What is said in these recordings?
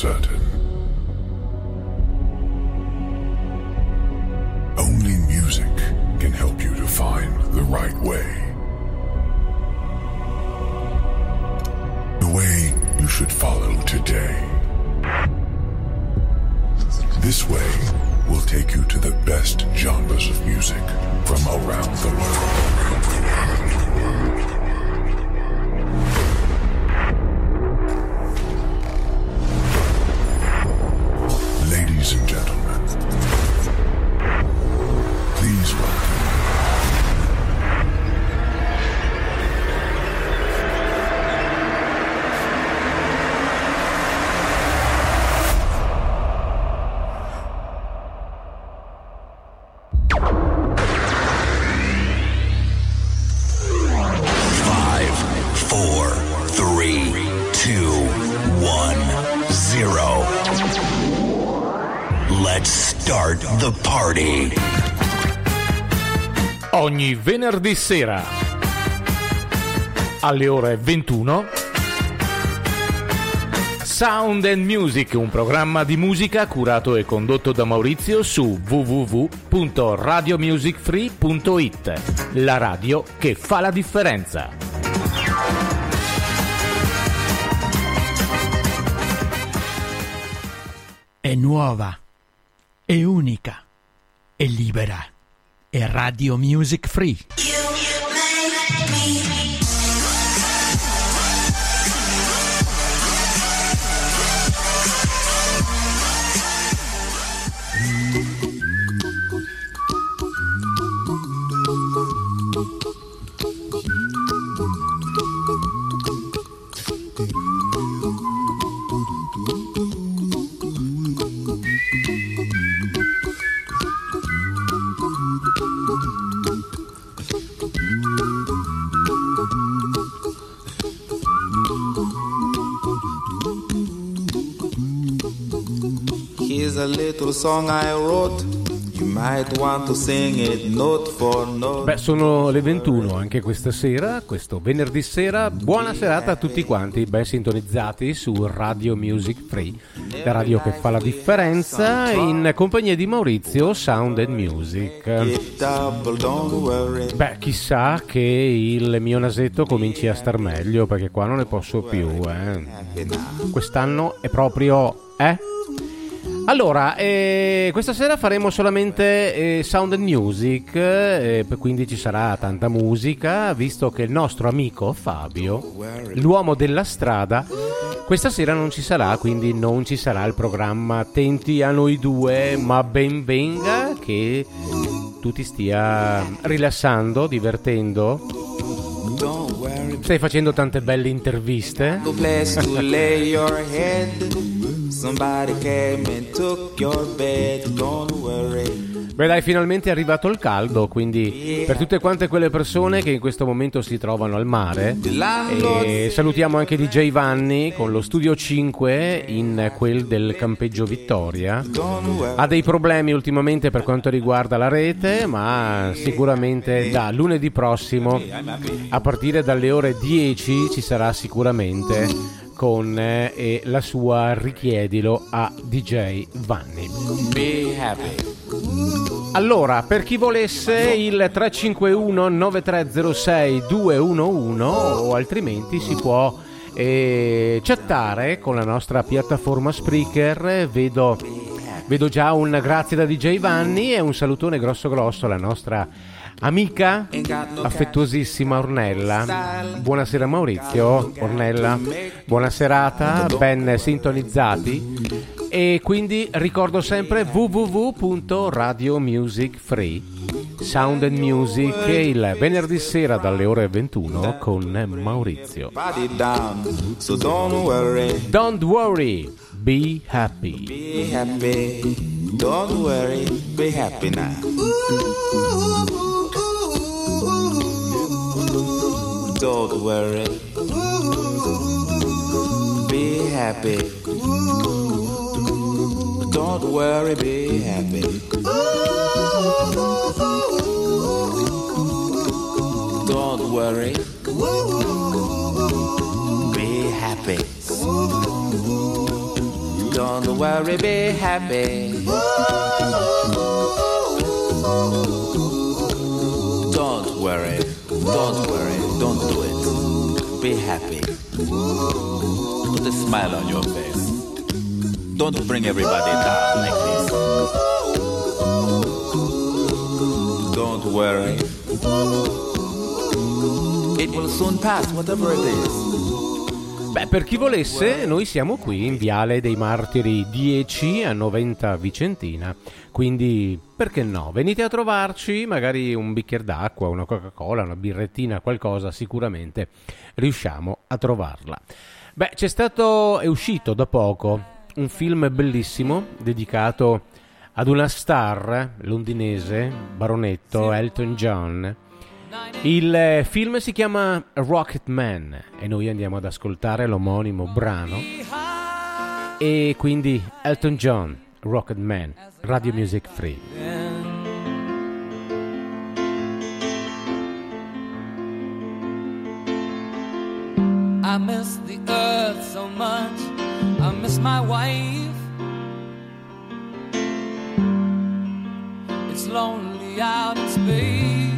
uncertain. Only music can help you to find the right way. The way you should follow today. This way will take you to the best genres of music from around the world. Ladies and gentlemen, please welcome. Start the party. Ogni venerdì sera alle ore 21 Sound and Music, un programma di musica curato e condotto da Maurizio su www.radiomusicfree.it, la radio che fa la differenza. È nuova, è unica, è libera, è Radio Music Free. Here's a little song I wrote. You might want to sing it note for note. Beh, sono le 21 anche questa sera, questo venerdì sera. Buona serata a tutti quanti, ben sintonizzati su Radio Music Free, la radio che fa la differenza, in compagnia di Maurizio, Sound and Music. Beh, chissà che il mio nasetto cominci a star meglio, perché qua non ne posso più, Quest'anno è proprio, Allora, questa sera faremo solamente Sound and Music, quindi ci sarà tanta musica, visto che il nostro amico Fabio, l'uomo della strada, questa sera non ci sarà, quindi non ci sarà il programma Attenti a noi due, ma ben venga che tu ti stia rilassando, divertendo. Stai facendo tante belle interviste. Somebody came and took your bed, don't worry. Beh dai, finalmente è arrivato il caldo, quindi per tutte quante quelle persone che in questo momento si trovano al mare, e salutiamo anche DJ Vanni con lo studio 5 in quel del campeggio Vittoria. Ha dei problemi ultimamente per quanto riguarda la rete, ma sicuramente da lunedì prossimo a partire dalle ore 10 ci sarà sicuramente con la sua Richiedilo a DJ Vanni. Be happy. Allora, per chi volesse il 351 9306 211 o altrimenti si può chattare con la nostra piattaforma Spreaker. Vedo già un grazie da DJ Vanni e un salutone grosso alla nostra amica affettuosissima Ornella. Buonasera Maurizio, Ornella, buona serata, ben sintonizzati. E quindi ricordo sempre www.radiomusicfree, Sound and Music, il venerdì sera dalle ore 21 con Maurizio. Don't worry, be happy. Be happy, don't worry, be happy now. Don't worry, be happy. Don't worry, be happy. Don't worry, be happy. Don't worry, be happy. Don't worry, don't do it. Be happy. Put a smile on your face. Don't bring everybody down like this. Don't worry. It will soon pass, whatever it is. Beh, per chi volesse, noi siamo qui in Viale dei Martiri 10 a Noventa Vicentina, quindi perché no? Venite a trovarci, magari un bicchiere d'acqua, una Coca-Cola, una birrettina, qualcosa, sicuramente riusciamo a trovarla. Beh, è uscito da poco un film bellissimo dedicato ad una star londinese, baronetto Elton John. Il film si chiama Rocket Man e noi andiamo ad ascoltare l'omonimo brano, e quindi Elton John, Rocket Man, Radio Music Free. I miss the earth so much, I miss my wife. It's lonely out in space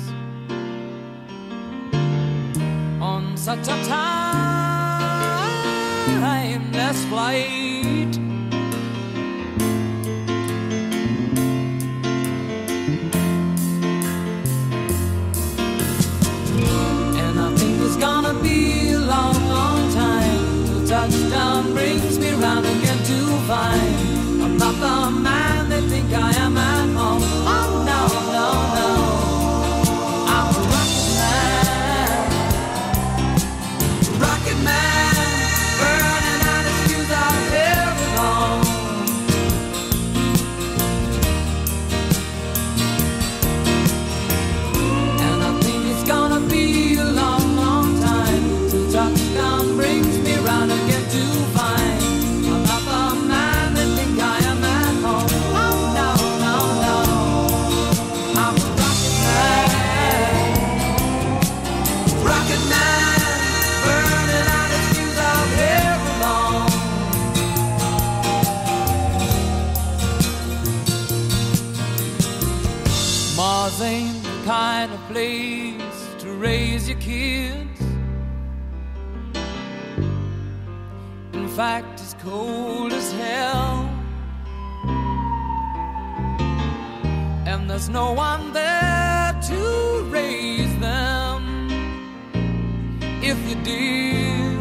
on such a timeless flight. And I think it's gonna be a long, long time till touchdown brings me round again to find I'm not the man they think I am at home. Oh no, no, no, I'm a rocket man, burning out his fuse out here alone. And I think it's gonna be a long, long time till touchdown brings me round again to find I'm not the man they think I am at home. Oh no, no, no, I'm a rocket man, burning out his fuse out here alone. Mars ain't the kind of place to raise your kids. In fact, it's cold as hell, and there's no one there to raise them if you did.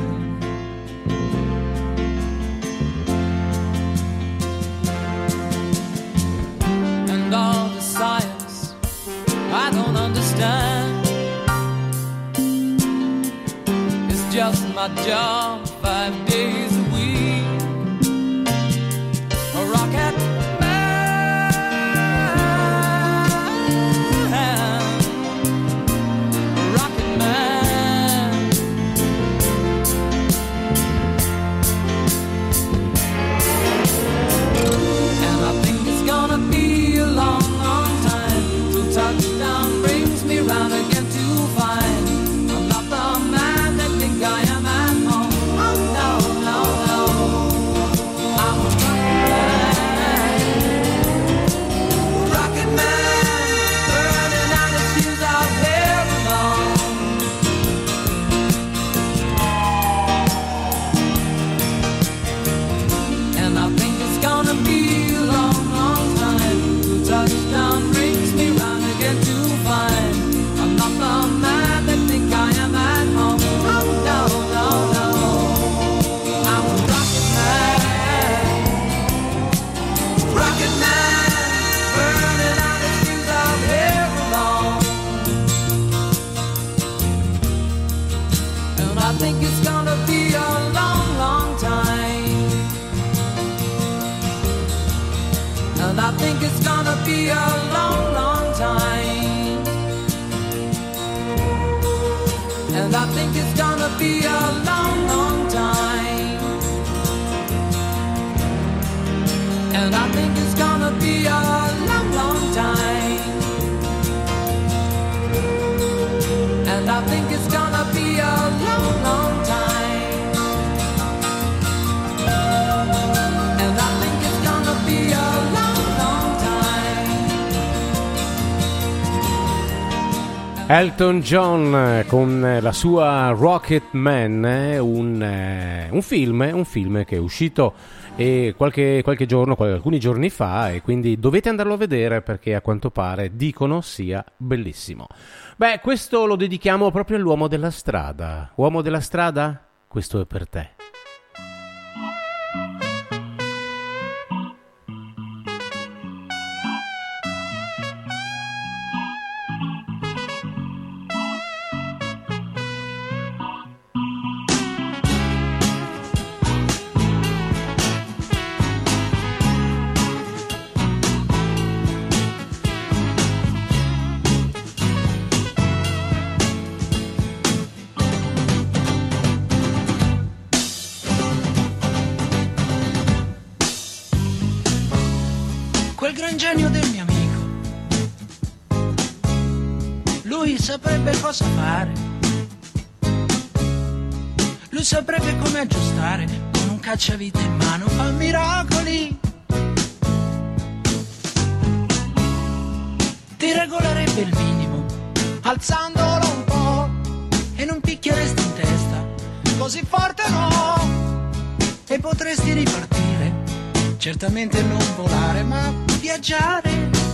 And all the science I don't understand, it's just my job 5 days a week. A rocket man, a rocket man. And I think it's gonna be a long, long time till touchdown brings me round again to find I'm not the man they think I am at home. Oh no, no, no, I'm a rocket man, burning out his fuse out here alone. And I think it's gonna be a long, long time till touchdown brings me round again to find I'm not the man they think I am at home. Oh no, no, no, I'm a rocket man, burning out his fuse out here alone. And I think it's gonna be a long, long time. And I think it's gonna be a long, long time. And I think it's gonna be a long, long time. And I think it's gonna be a long, long time. And I think it's gonna be a long, long time. Elton John con la sua Rocket Man, un film che è uscito qualche giorno, alcuni giorni fa, e quindi dovete andarlo a vedere perché a quanto pare dicono sia bellissimo. Beh, questo lo dedichiamo proprio all'uomo della strada. Uomo della strada, questo è per te. Quel gran genio del mio amico, lui saprebbe cosa fare, lui saprebbe come aggiustare, con un cacciavite in mano fa miracoli, ti regolerebbe il minimo, alzandolo un po', e non picchieresti in testa, così forte no, e potresti ripartire, certamente non volare ma viaggiare.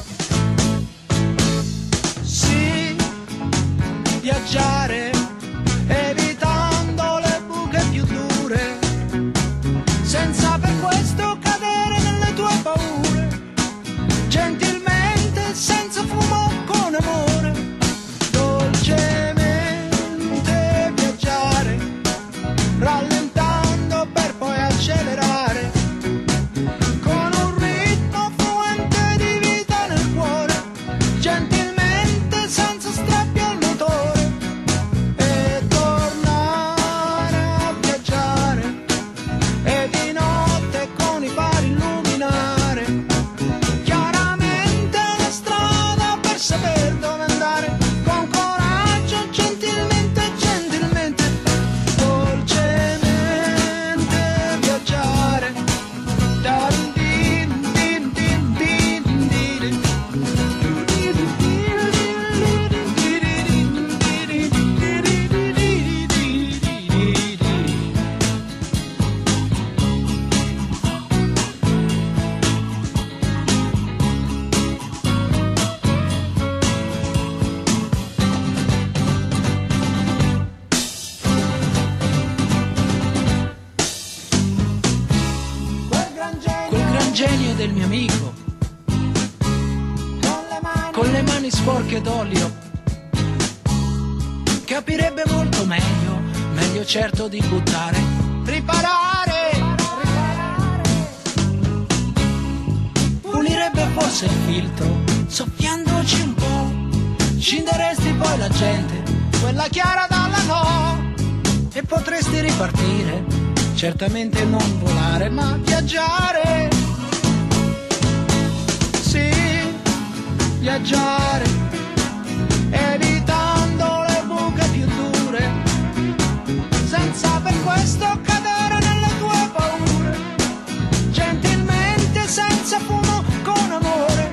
Sì, viaggiare, evitando le buche più dure, senza per questo cadere nelle tue paure, gentilmente, senza fumo, con amore, dolcemente viaggiare, rallentando per poi accelerare, con un ritmo fluente di vita nel cuore, gentilmente, senza strappi al motore, e tornare a viaggiare, e di notte con i fari illuminare, chiaramente la strada per saper dove andare, con coraggio, gentilmente, gentilmente, dolcemente viaggiare. Quel gran genio del mio amico, con le mani sporche d'olio, capirebbe molto meglio, meglio certo di buttare, riparare, pulirebbe forse il filtro, soffiandoci un po', scinderesti poi la gente, quella chiara dalla no, e potresti ripartire, certamente non volare ma viaggiare. Sì, viaggiare, evitando le buche più dure, senza per questo cadere nelle tue paure, gentilmente, senza fumo, con amore,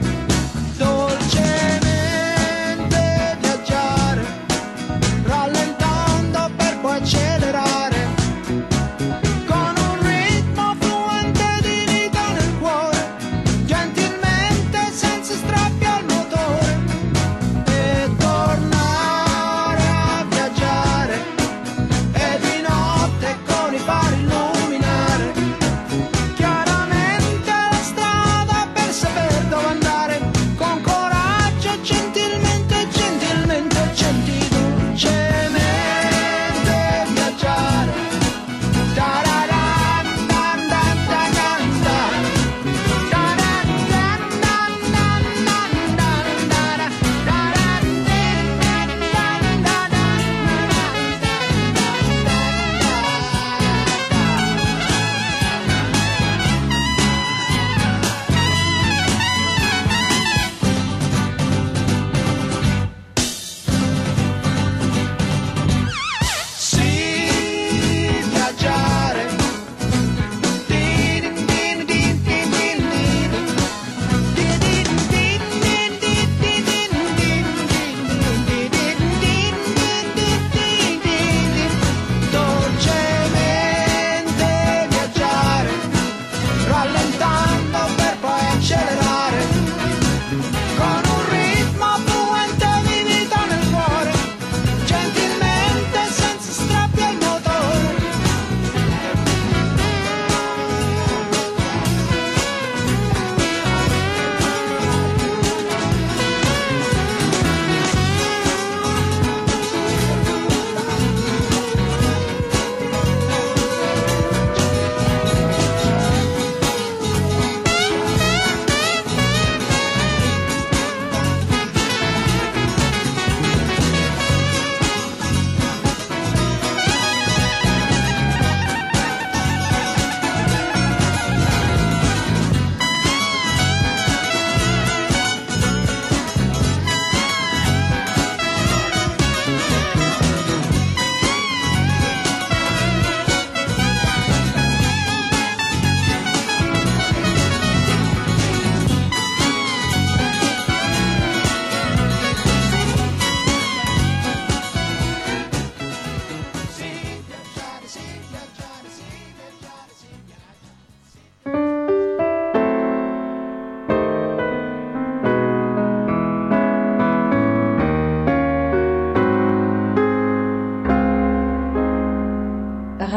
dolcemente viaggiare, rallentando per poi accelerare, con un ritmo fluente di vita nel cuore, gentilmente, senza strappi al motore,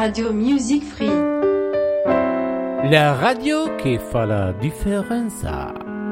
Radio Music Free. La radio che fa la differenza.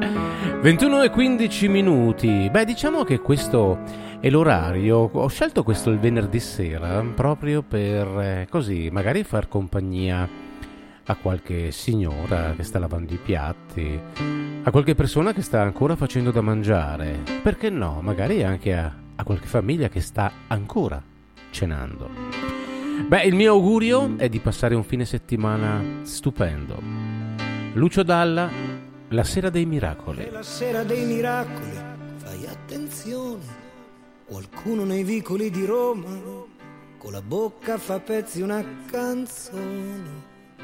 21:15. Beh, diciamo che questo è l'orario. Ho scelto questo il venerdì sera proprio per così magari far compagnia a qualche signora che sta lavando i piatti, a qualche persona che sta ancora facendo da mangiare, perché no, magari anche a qualche famiglia che sta ancora cenando. Beh, il mio augurio è di passare un fine settimana stupendo. Lucio Dalla, La sera dei miracoli. La sera dei miracoli, fai attenzione, qualcuno nei vicoli di Roma con la bocca fa pezzi una canzone.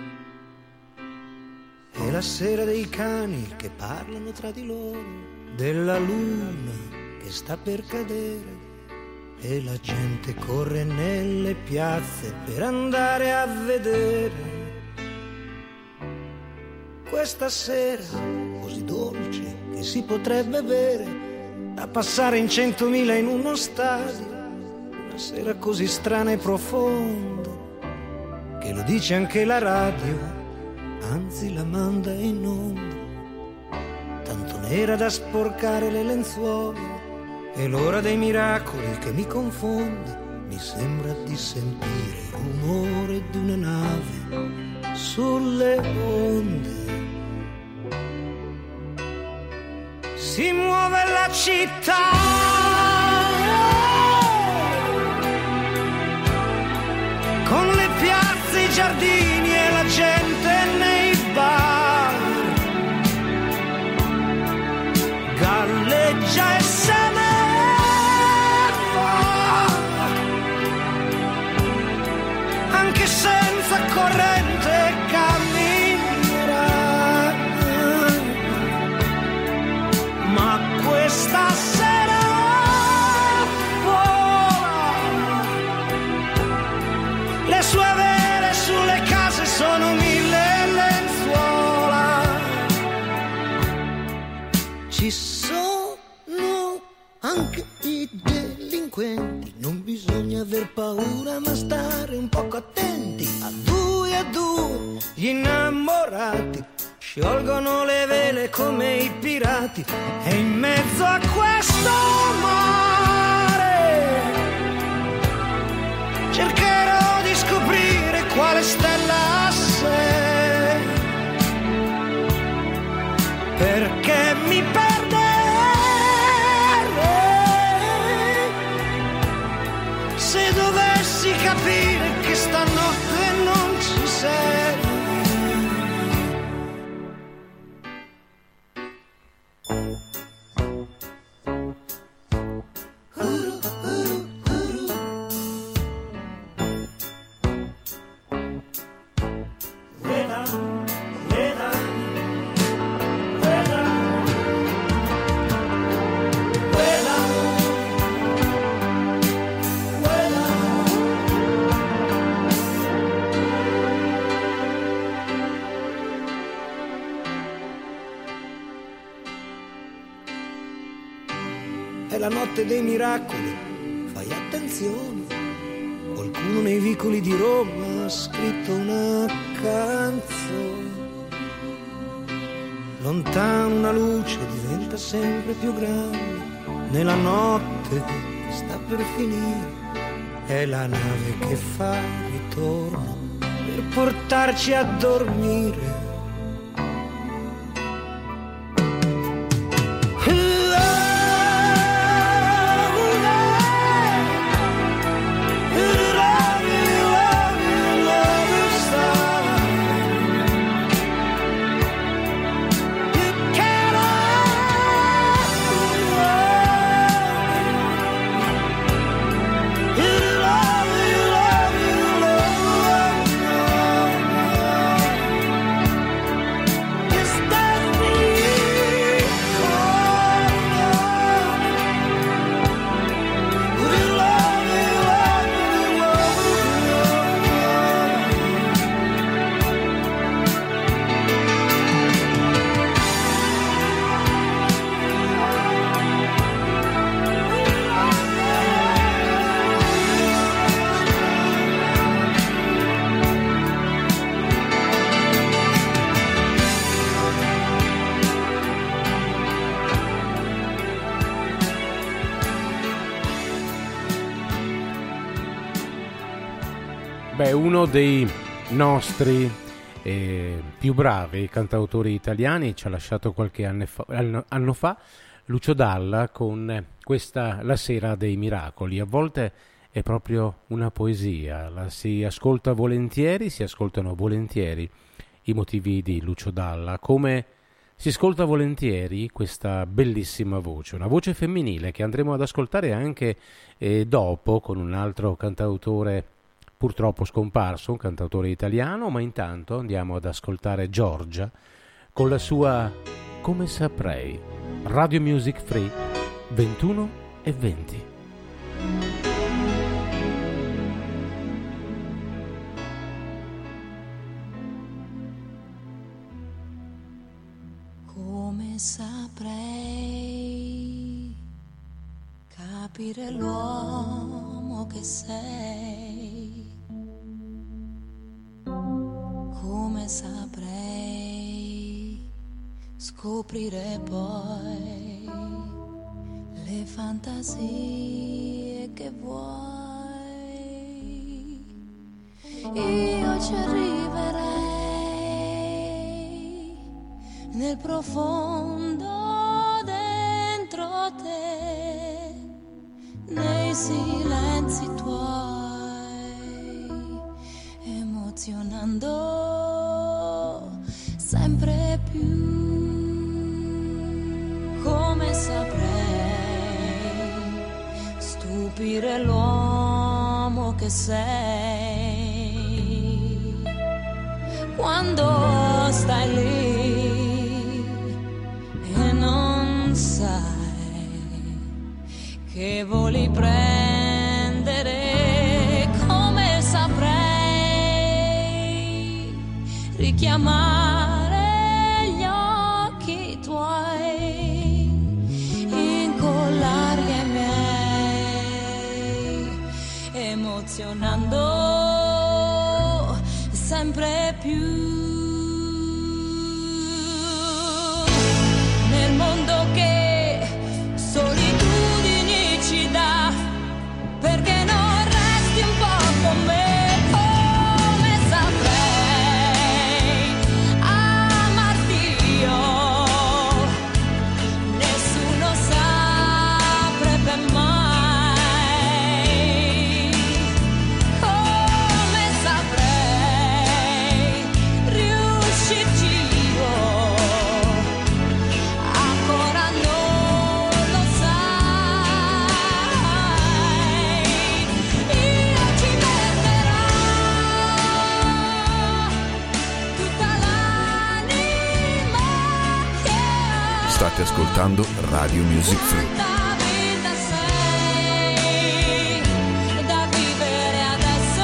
È la sera dei cani che parlano tra di loro, della luna che sta per cadere. E la gente corre nelle piazze per andare a vedere questa sera così dolce che si potrebbe bere, da passare in 100.000 in uno stadio. Una sera così strana e profonda che lo dice anche la radio, anzi la manda in onda. Tanto nera da sporcare le lenzuola. È l'ora dei miracoli che mi confonde, mi sembra di sentire il rumore di una nave sulle onde. Si muove la città, con le piazze, i giardini e la gente nei bar. Galleggia e se ne anche senza corrente camminerà, ma questa sera vola. Le sue vele sulle case sono 1000 lenzuola. Ci sono anche i delinquenti, non bisogna aver paura ma stare un poco attenti. A due gli innamorati sciolgono le vele come i pirati, e in mezzo a questo mare cercherò di scoprire quale stella sei, perché mi perderei se dovessi capire che stanotte non ci sei. È la notte dei miracoli, fai attenzione, qualcuno nei vicoli di Roma ha scritto una canzone. Lontano una luce diventa sempre più grande, nella notte che sta per finire, è la nave che fa ritorno per portarci a dormire. Beh, uno dei nostri più bravi cantautori italiani ci ha lasciato qualche anno fa, Lucio Dalla, con questa La sera dei miracoli. A volte è proprio una poesia, la si ascolta volentieri, si ascoltano volentieri i motivi di Lucio Dalla, come si ascolta volentieri questa bellissima voce, una voce femminile che andremo ad ascoltare anche dopo con un altro cantautore purtroppo scomparso, un cantautore italiano, ma intanto andiamo ad ascoltare Giorgia con la sua Come saprei. Radio Music Free 21:20. Come saprei capire l'uomo che sei? Come saprei scoprire poi le fantasie che vuoi? Io ci arriverei nel profondo dentro te, nei silenzi tuoi, emozionando sempre più. Come saprei stupire l'uomo che sei quando stai lì e non sai che voli prendere. Come saprei richiamare gli occhi tuoi, incollarli ai miei, emozionando sempre più. Nel mondo che solitudini ci dà, perché non resti un po' con me? Come saprei amarti io? Nessuno saprebbe mai. Come saprei riuscirci io? Ancora non lo sai. Io ci metterò tutta l'anima che ho. State ascoltando Radio Music Free. Quanta vita sei da vivere adesso.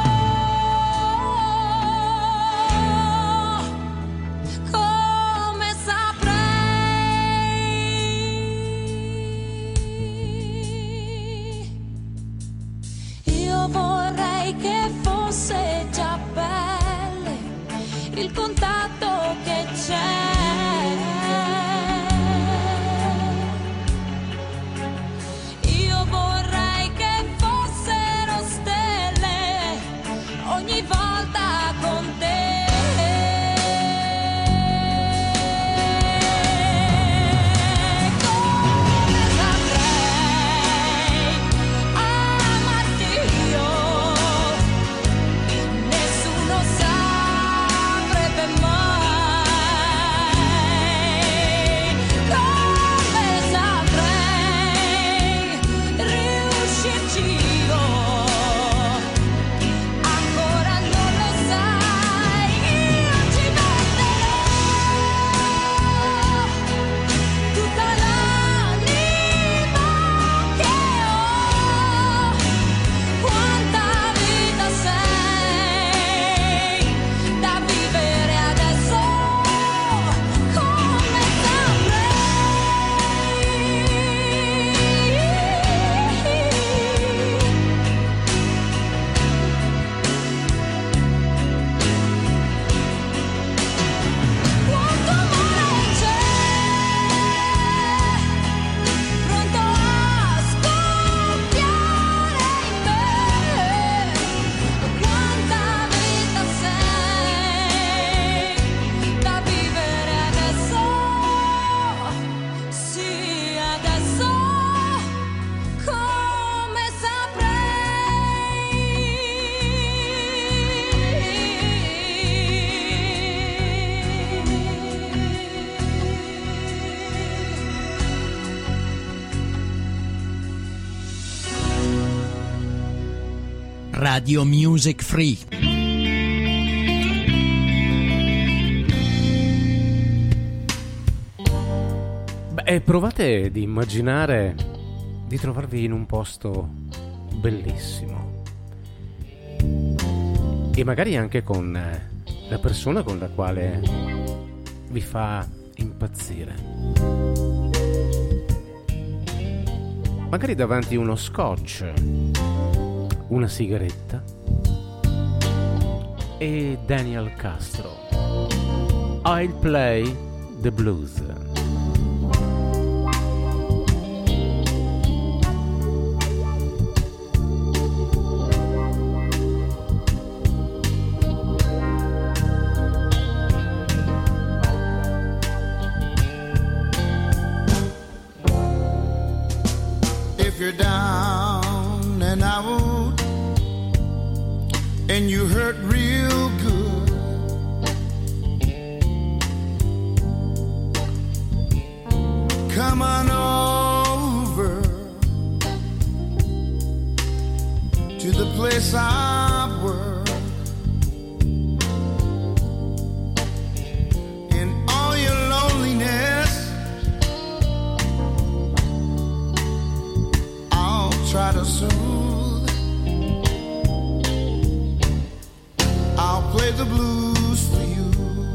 Come saprei. Io vorrei che fosse già pelle il contatto che c'è. Io vorrei che fossero stelle ogni volta con te. Come saprei amarti io? Nessuno saprebbe mai. Radio Music Free. Beh, provate ad immaginare di trovarvi in un posto bellissimo e magari anche con la persona con la quale vi fa impazzire, magari davanti uno scotch, una sigaretta e Daniel Castro, I'll Play the Blues. If you're down and out and you hurt real good, come on over to the place I work. In all your loneliness, try to soothe. I'll play the blues for you.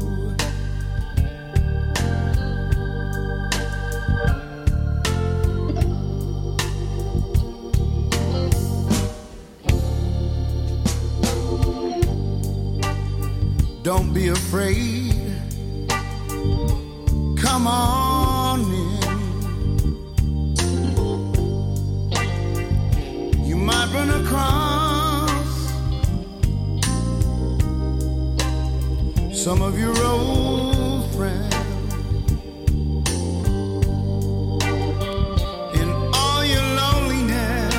Don't be afraid. Come on in. Might run across some of your old friends. In all your loneliness,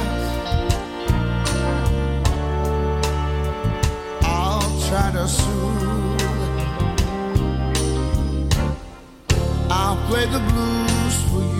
I'll try to soothe. I'll play the blues for you.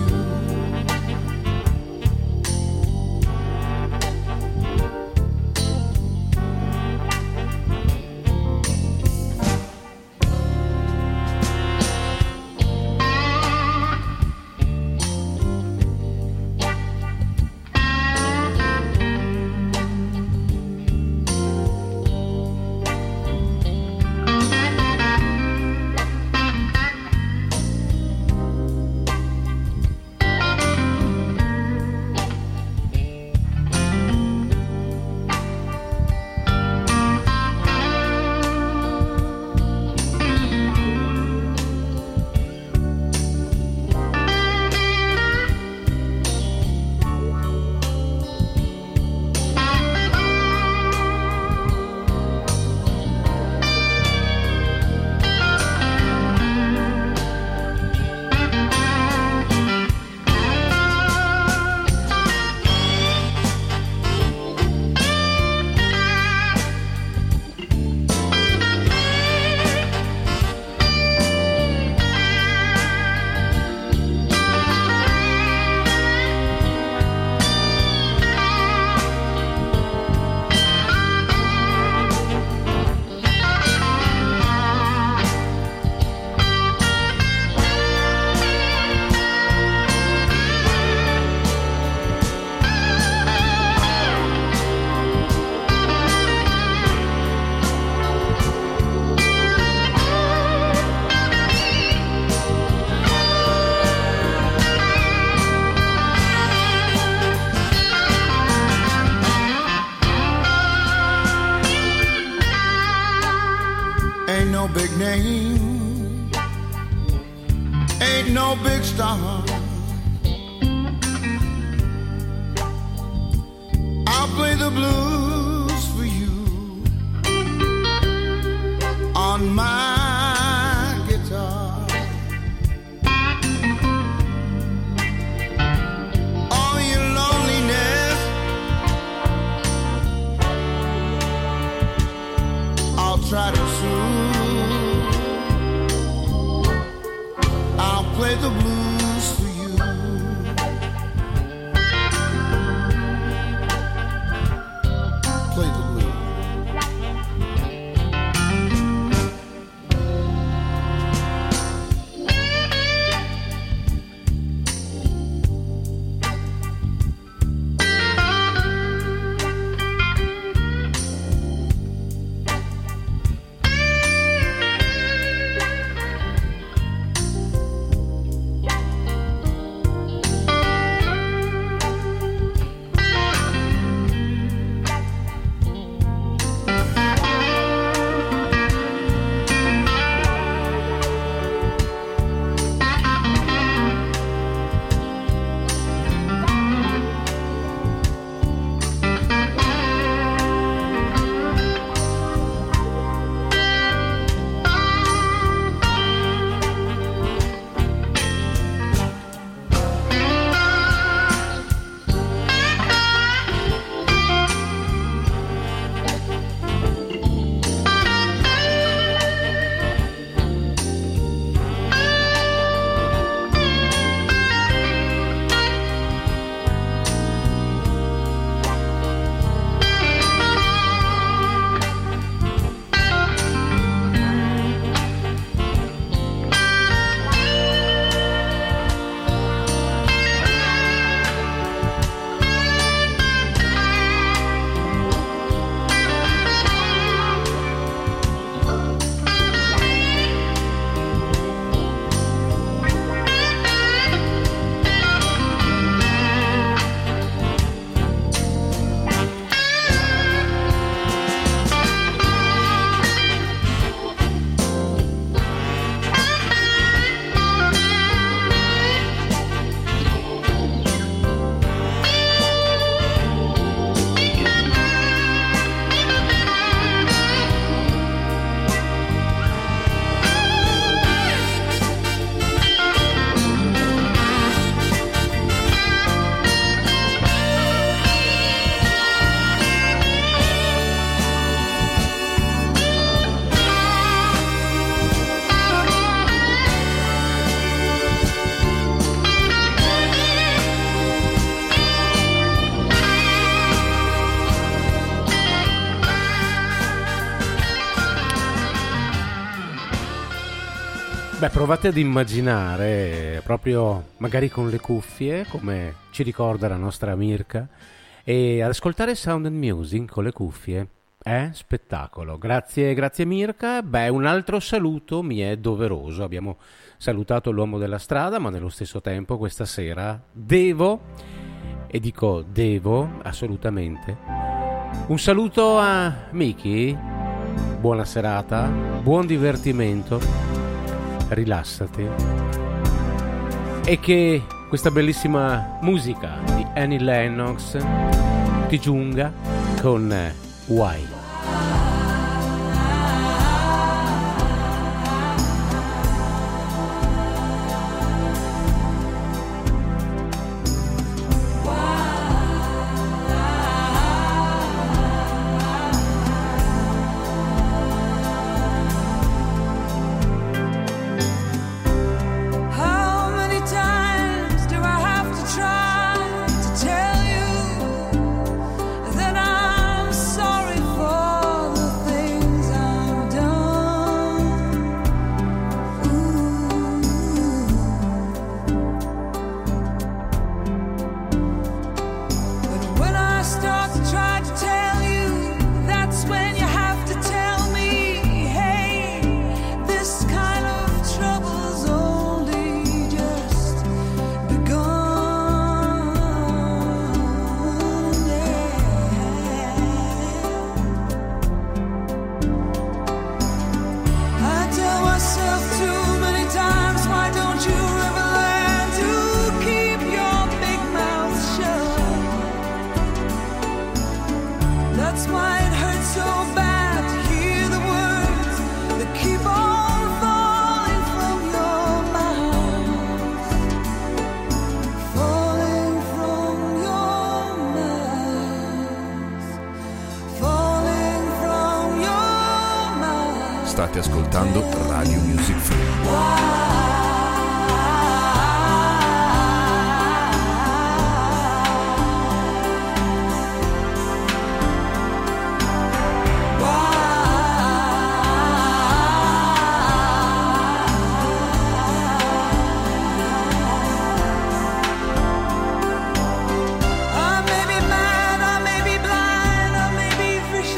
Big name, ain't no big star. I'll play the blues for you on my guitar. All your loneliness, I'll try to soothe. I'll play the blues for you. Beh, provate ad immaginare proprio magari con le cuffie, come ci ricorda la nostra Mirka, e ad ascoltare Sound and Music con le cuffie. Spettacolo. Grazie Mirka. Beh, un altro saluto mi è doveroso. Abbiamo salutato l'uomo della strada, ma nello stesso tempo questa sera devo assolutamente un saluto a Miki. Buona serata, buon divertimento, rilassati e che questa bellissima musica di Annie Lennox ti giunga con Why. State ascoltando Radio Music Free.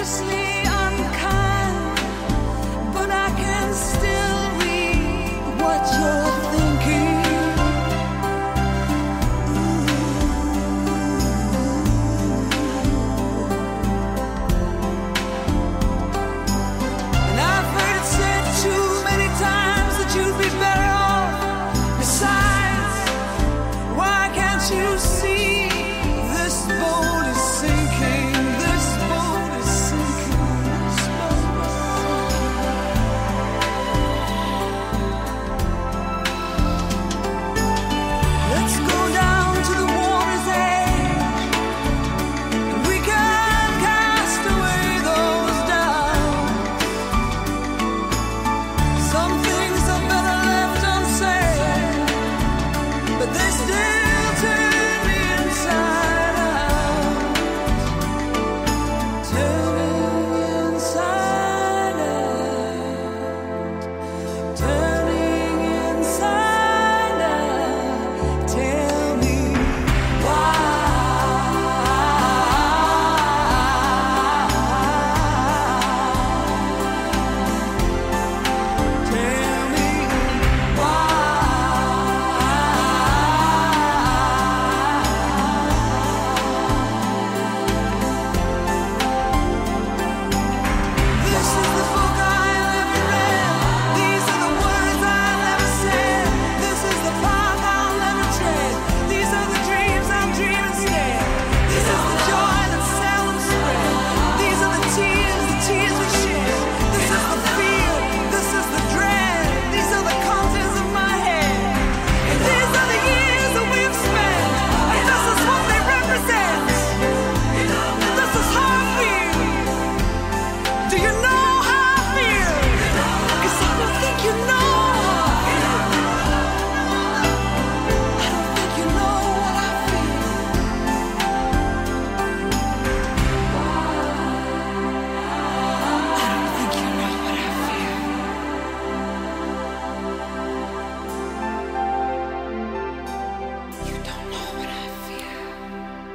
Still read what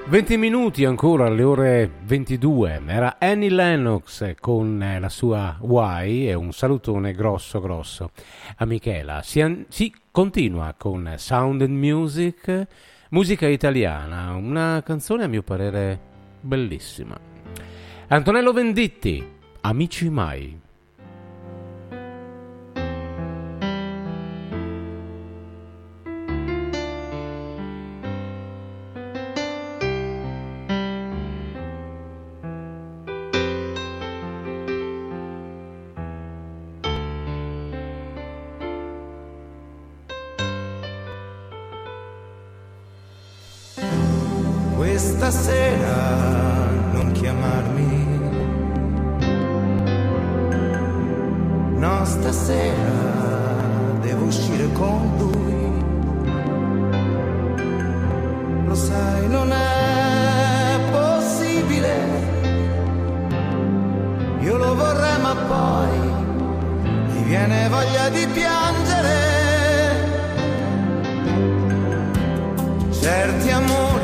20 minuti ancora alle ore 22. Era Annie Lennox con la sua Why, e un salutone grosso a Michela. Si continua con Sound and Music, musica italiana, una canzone a mio parere bellissima. Antonello Venditti, Amici Mai. Questa sera non chiamarmi, no, stasera devo uscire con lui. Lo sai, non è possibile, io lo vorrei ma poi mi viene voglia di piangere. Certi amori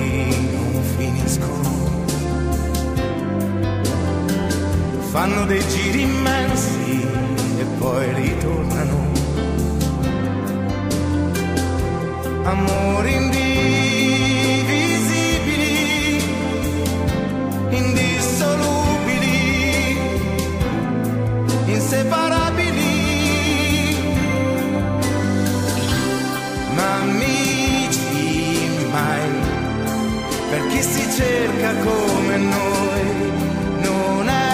fanno dei giri immensi e poi ritornano. Amori indivisibili, indissolubili, inseparabili, ma amici mai, per chi si cerca come noi, non è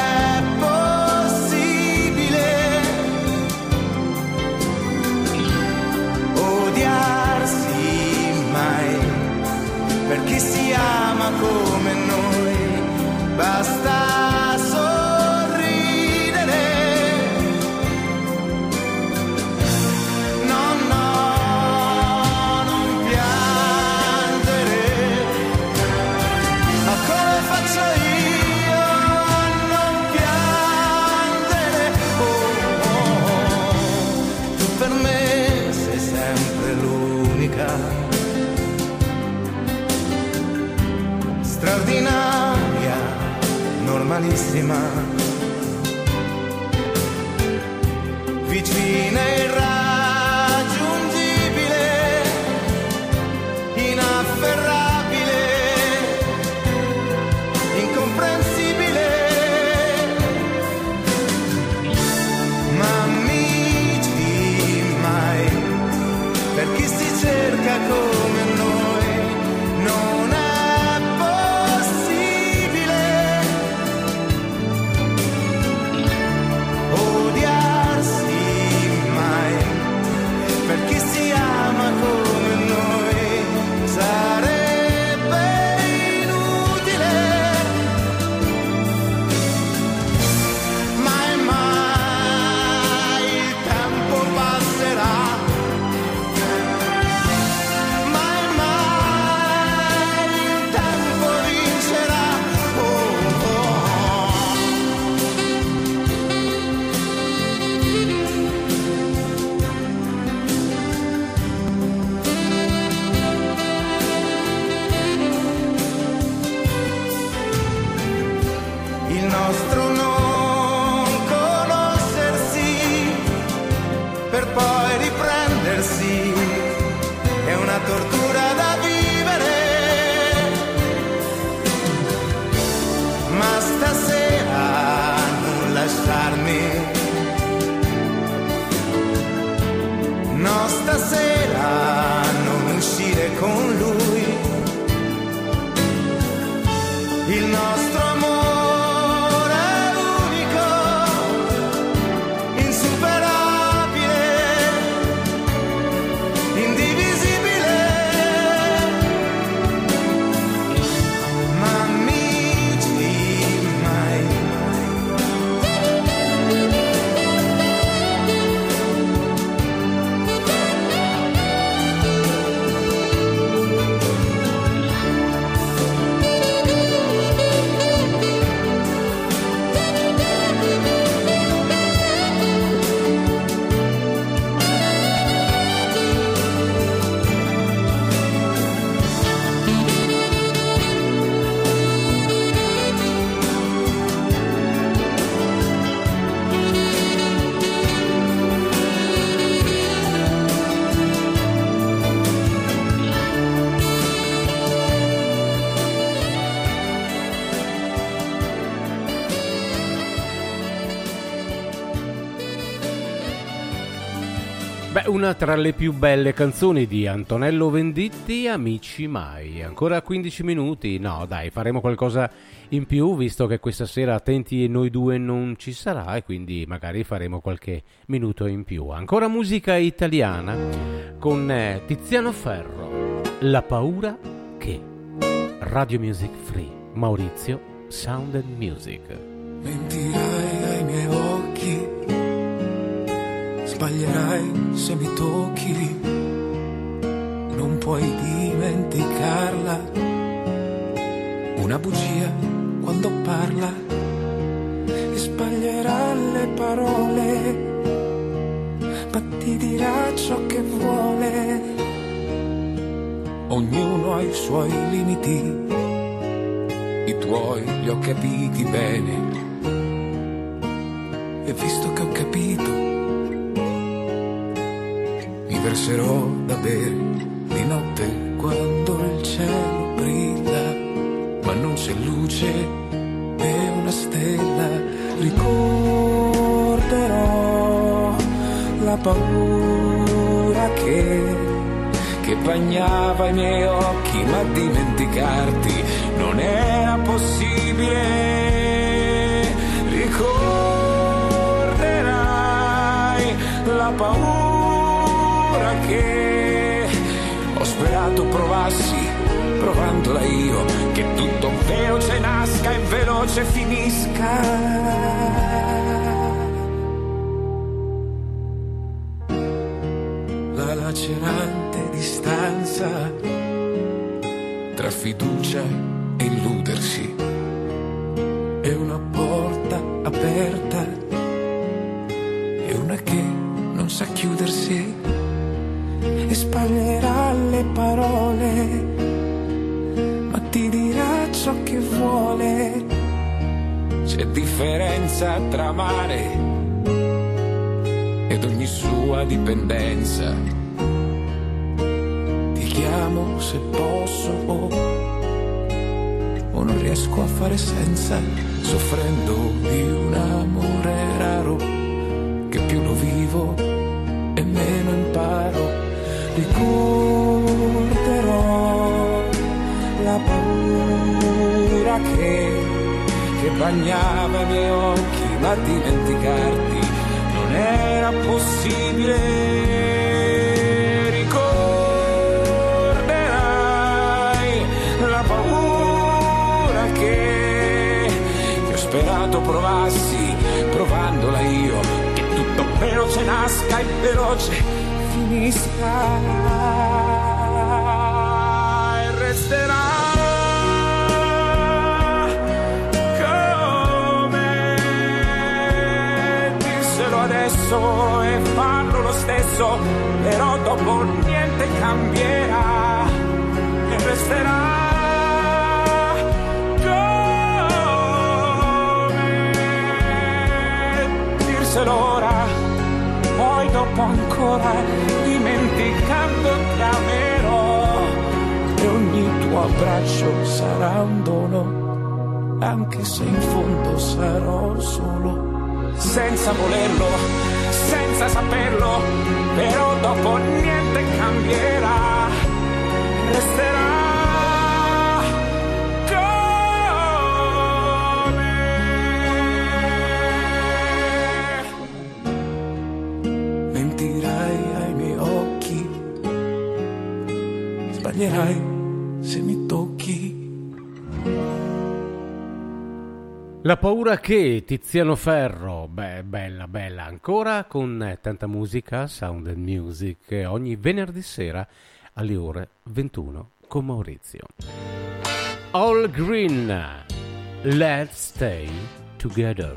per chi si ama come noi, basta sorridere. No, no, non piangere, ma come faccio io a non piangere? Oh, oh, oh. Tu per me sei sempre l'unica, straordinaria, normalissima, vicina e irraggiungibile, inafferrabile, incomprensibile, ma amici mai, per chi si cerca come noi, non è come noi, sarebbe inutile, mai mai il tempo passerà, mai mai il tempo vincerà. Oh, il nostro non conoscersi per poi riprendersi è una tortura da vivere, ma stasera non lasciarmi, no, stasera non uscire con lui, il nostro amore Beh, una tra le più belle canzoni di Antonello Venditti, Amici Mai. Ancora 15 minuti? No, dai, faremo qualcosa in più, visto che questa sera Attenti e Noi Due non ci sarà, e quindi magari faremo qualche minuto in più. Ancora musica italiana con Tiziano Ferro, La paura che. Radio Music Free, Maurizio, Sound and Music. Mentirai ai miei occhi, sbaglierai se mi tocchi, non puoi dimenticarla, una bugia quando parla e sbaglierà le parole, ma ti dirà ciò che vuole. Ognuno ha i suoi limiti, i tuoi li ho capiti bene, e visto che ho capito mi verserò da bere di notte quando il cielo brilla, ma non c'è luce e una stella. Ricorderò la paura che bagnava i miei occhi, ma dimenticarti non era possibile. Ricorderai la paura che ho sperato provassi, provandola io, che tutto veloce nasca e veloce finisca. La lacerante distanza tra fiducia e illudersi è una porta aperta e una che non sa chiudersi, e sbaglierà le parole, ma ti dirà ciò che vuole. C'è differenza tra amare ed ogni sua dipendenza. Chiamo se posso o non riesco a fare senza, soffrendo di un amore raro che più lo vivo e meno imparo. Ricorderò la paura che bagnava i miei occhi, ma dimenticarti non era possibile. La paura che ho sperato provassi, provandola io, che tutto veloce nasca e veloce finisca, e resterà come dirselo adesso e farlo lo stesso, però dopo niente cambierà e resterà ora, poi dopo ancora dimenticando ti amerò, e ogni tuo abbraccio sarà un dono, anche se in fondo sarò solo, senza volerlo, senza saperlo, però dopo niente cambierà, resterà se mi tocchi. La paura che, Tiziano Ferro. Beh, bella, bella ancora, con tanta musica, Sound and Music, ogni venerdì sera alle ore 21 con Maurizio. All Green, Let's Stay Together.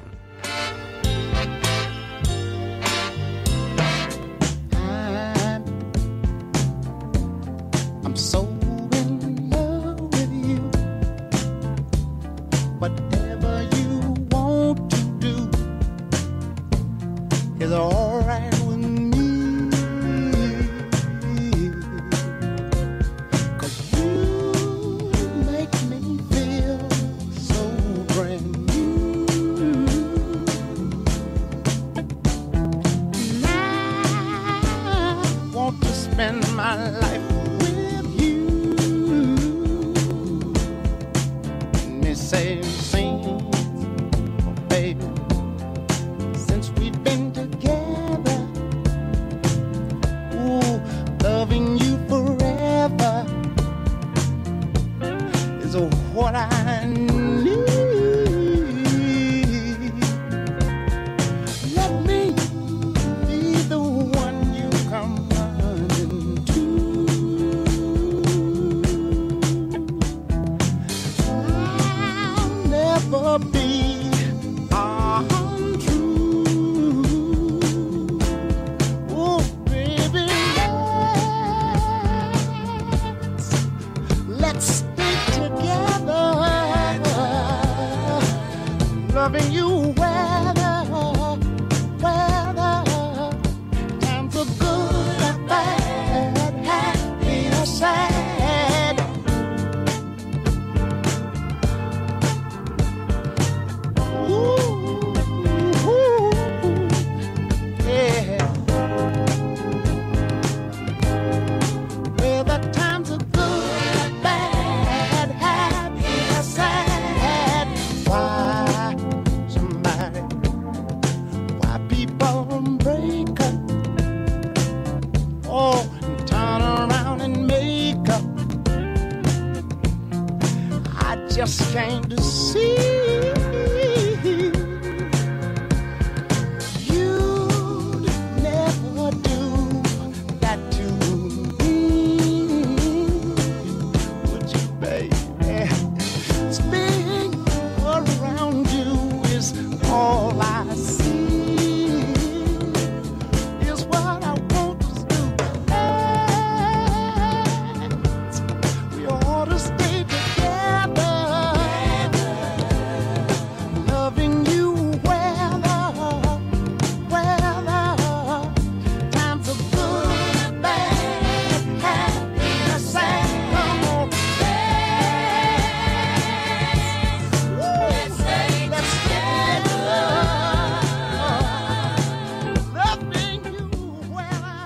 I'm so in love with you. Whatever you want to do is all right with me. 'Cause you make me feel so brand new. Now same scene, baby. Since we've been together, ooh, loving you forever is what I need. Let me be the one you come running to. I'll never be untrue. Oh, baby, let's stay together, loving you weather, times are good and bad, happy or sad. Ooh, yeah. Well, the times are good, bad, happy or sad. Why people break up? Oh, and turn around and make up. I just came to see you'd never do that to me, would you, baby? Spinning around you is all I see, is what I want to do. We ought to stay together, loving you weather, times are good, bad, happy or sad. Come on, let's stay together, loving you weather.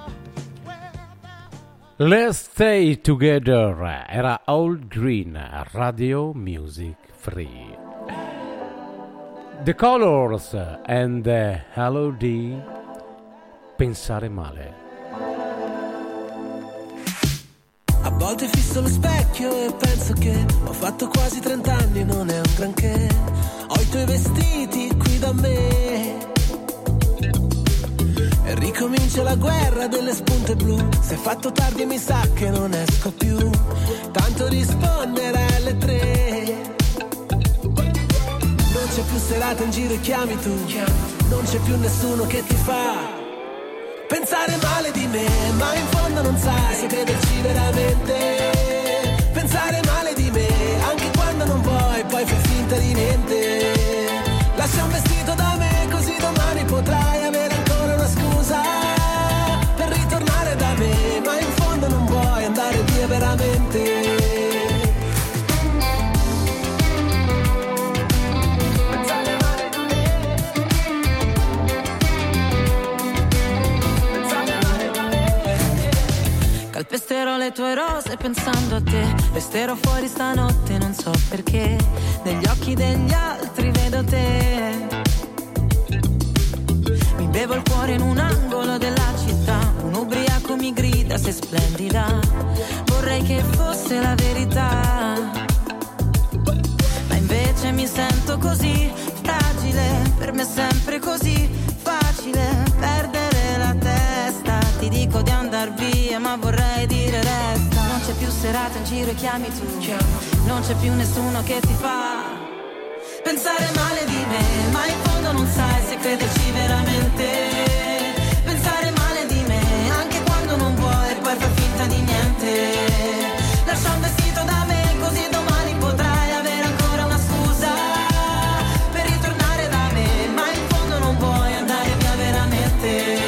Let's Stay Together era Old Green, Radio Music Free. The Colors and Hello D, Pensare male. A volte fisso lo specchio e penso che ho fatto quasi 30 anni, non è un granché. Ho i tuoi vestiti qui da me e ricomincia la guerra delle spunte blu. Se è fatto tardi mi sa che non esco più, tanto rispondere alle 3. Non c'è più serata in giro e chiami tu, non c'è più nessuno che ti fa pensare male di me, ma in fondo non sai se crederci veramente. Pensare male di me, anche quando non vuoi, poi fai finta di niente. Lascia un vestito da me, così domani potrai avere ancora una scusa per ritornare da me, ma in fondo non vuoi andare via veramente. Calpesterò le tue rose pensando a te, resterò fuori stanotte, non so perché, negli occhi degli altri vedo te. Mi bevo il cuore in un angolo della città, un ubriaco mi grida sei splendida, vorrei che fosse la verità, ma invece mi sento così fragile, per me è sempre così facile perdere la testa. Ti dico di andar via ma vorrei dire resta. Non c'è più serata in giro e chiami tu, non c'è più nessuno che ti fa pensare male di me, ma in fondo non sai se crederci veramente. Pensare male di me, anche quando non vuoi, poi fai finta di niente. Lascia un vestito da me, così domani potrai avere ancora una scusa per ritornare da me, ma in fondo non vuoi andare via veramente.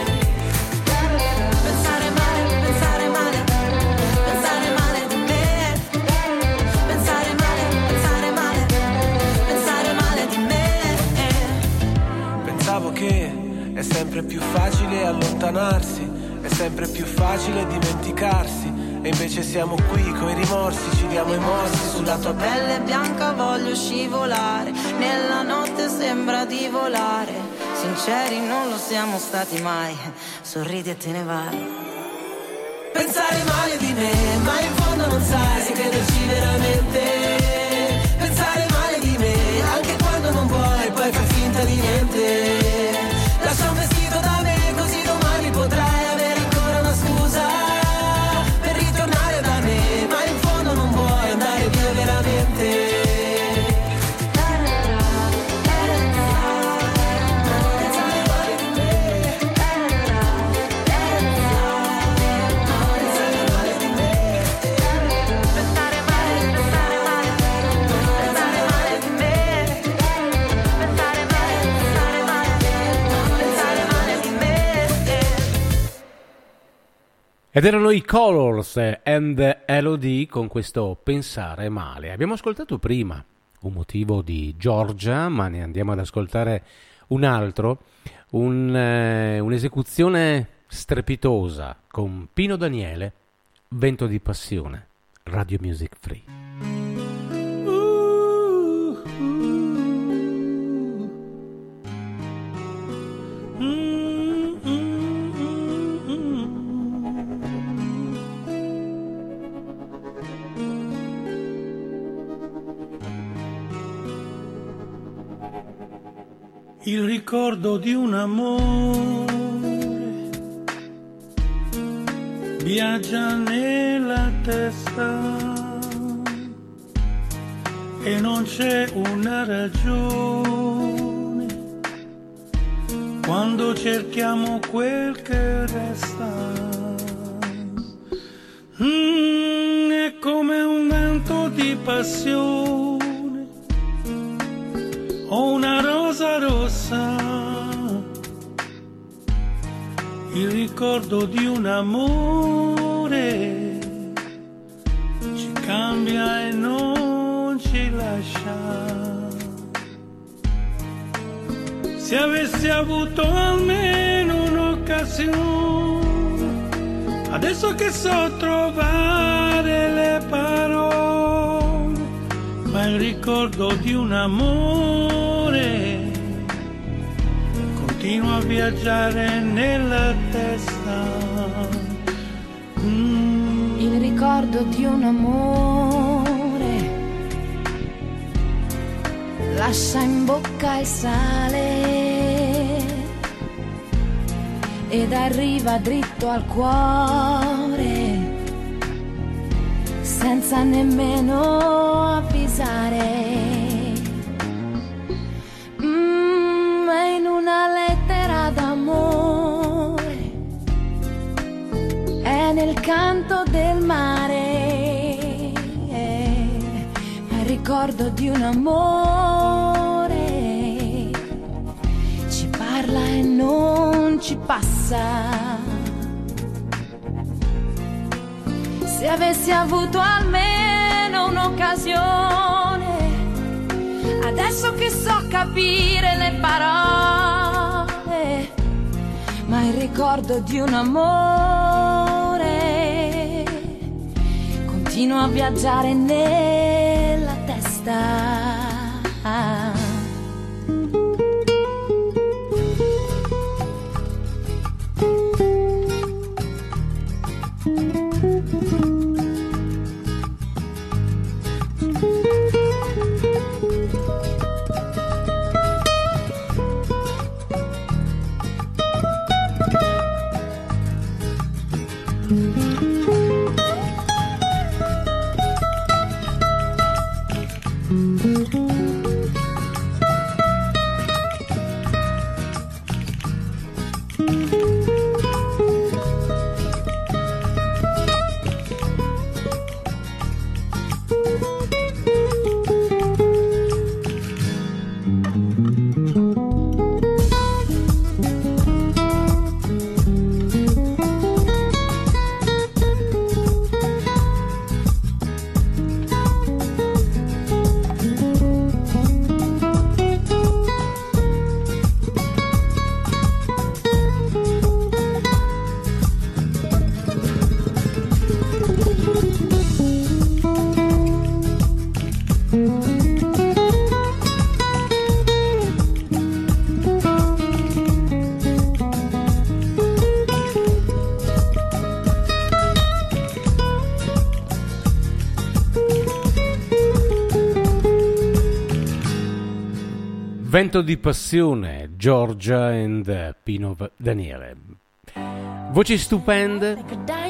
Che è sempre più facile allontanarsi, è sempre più facile dimenticarsi, E invece siamo qui coi rimorsi, ci diamo i morsi. Sulla tua pelle bianca voglio scivolare, nella notte sembra di volare. Sinceri non lo siamo stati mai, sorridi e te ne vai. Pensare male di me, ma in fondo non sai se crederci veramente. Pensare male di me, anche quando non vuoi, poi fai finta di niente. Lascia un vestito da me, così domani potrai avere ancora una scusa per ritornare da me, ma in fondo non vuoi andare via veramente. Ed erano i Colors and Elodie con questo Pensare male. Abbiamo ascoltato prima un motivo di Giorgia, ma ne andiamo ad ascoltare un altro, un'esecuzione strepitosa con Pino Daniele, Vento di passione, Radio Music Free. Il ricordo di un amore viaggia nella testa e non c'è una ragione quando cerchiamo quel che resta. È come un vento di passione o una rosa rossa, il ricordo di un amore ci cambia e non ci lascia. Se avessi avuto almeno un'occasione, adesso che so trovare le parole, ma il ricordo di un amore continua a viaggiare nella testa. Il ricordo di un amore lascia in bocca il sale ed arriva dritto al cuore senza nemmeno avvisare. È in una lettera d'amore, è nel canto del mare, ma il ricordo di un amore ci parla e non ci passa. Se avessi avuto almeno un'occasione, adesso che so capire le parole, ma il ricordo di un amore continua a viaggiare nella testa. Vento di passione, Giorgia and Pino Daniele. Voci stupende.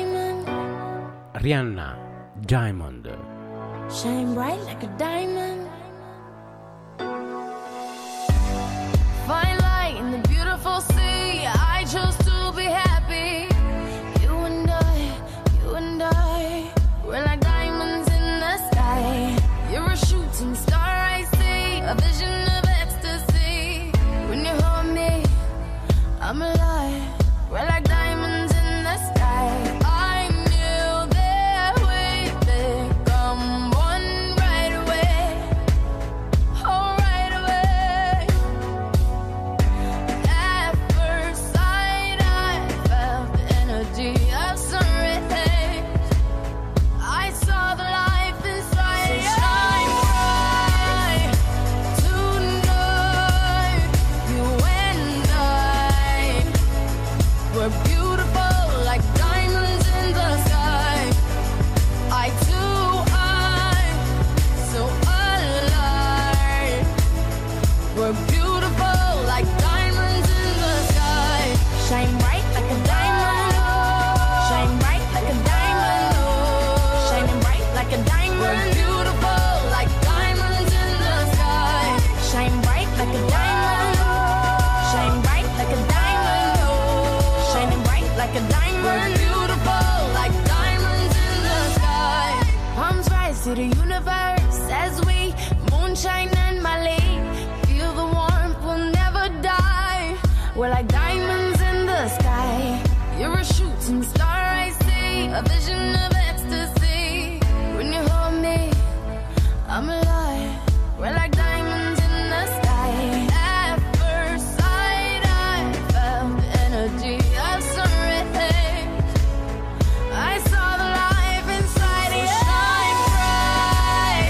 Rihanna, Diamond. Shine bright like a diamond. Fine light in the beautiful sea. I chose to be happy. You and I, we're like diamonds in the sky. You're a shooting star, I see, a vision of ecstasy. When you hold me, I'm alive. We're like diamonds in the sky. I knew that we'd become one right away. Oh, right away. At first sight, I felt the energy of sun rays. I saw the life inside you. Shine bright tonight. You and I, we're beautiful like diamonds in the sky. I too, I'm so alive. We're beautiful like diamonds in the sky. Shine bright like a diamond. Shine bright like a diamond. Shining bright like a diamond. We're beautiful like diamonds in the sky. Shine bright like a diamond. Shine bright like a diamond. Shining bright like a diamond. We're beautiful like diamonds in the sky. Palms rise to the universe as we moonshine and Mali. Feel the warmth, we'll never die. We're like diamonds in the sky. You're a shooting star, I see, a vision of ecstasy. When you hold me, I'm alive. We're like diamonds in the sky. At first sight, I felt the energy of sun rays. I saw the life inside you. Shine bright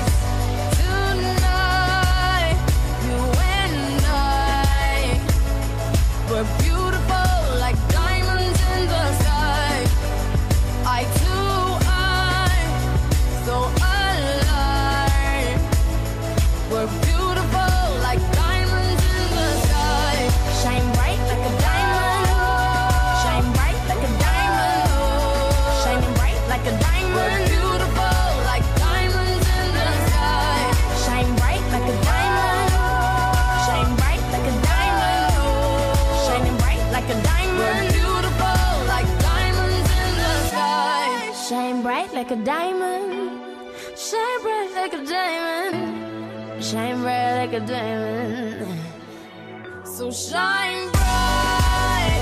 tonight. You and I, we're beautiful like diamonds in the sky. I too, I'm so alive. We're beautiful like diamonds in the sky. Shine bright like a diamond. Shine bright like a diamond. Shining bright like a diamond. We're beautiful like diamonds in the sky. Shine bright like a diamond. Shine bright like a diamond. Shining bright like a diamond. We're beautiful like diamonds in the sky. Shine bright like a diamond. Shine bright like a diamond. Shine bright like a diamond. So shine bright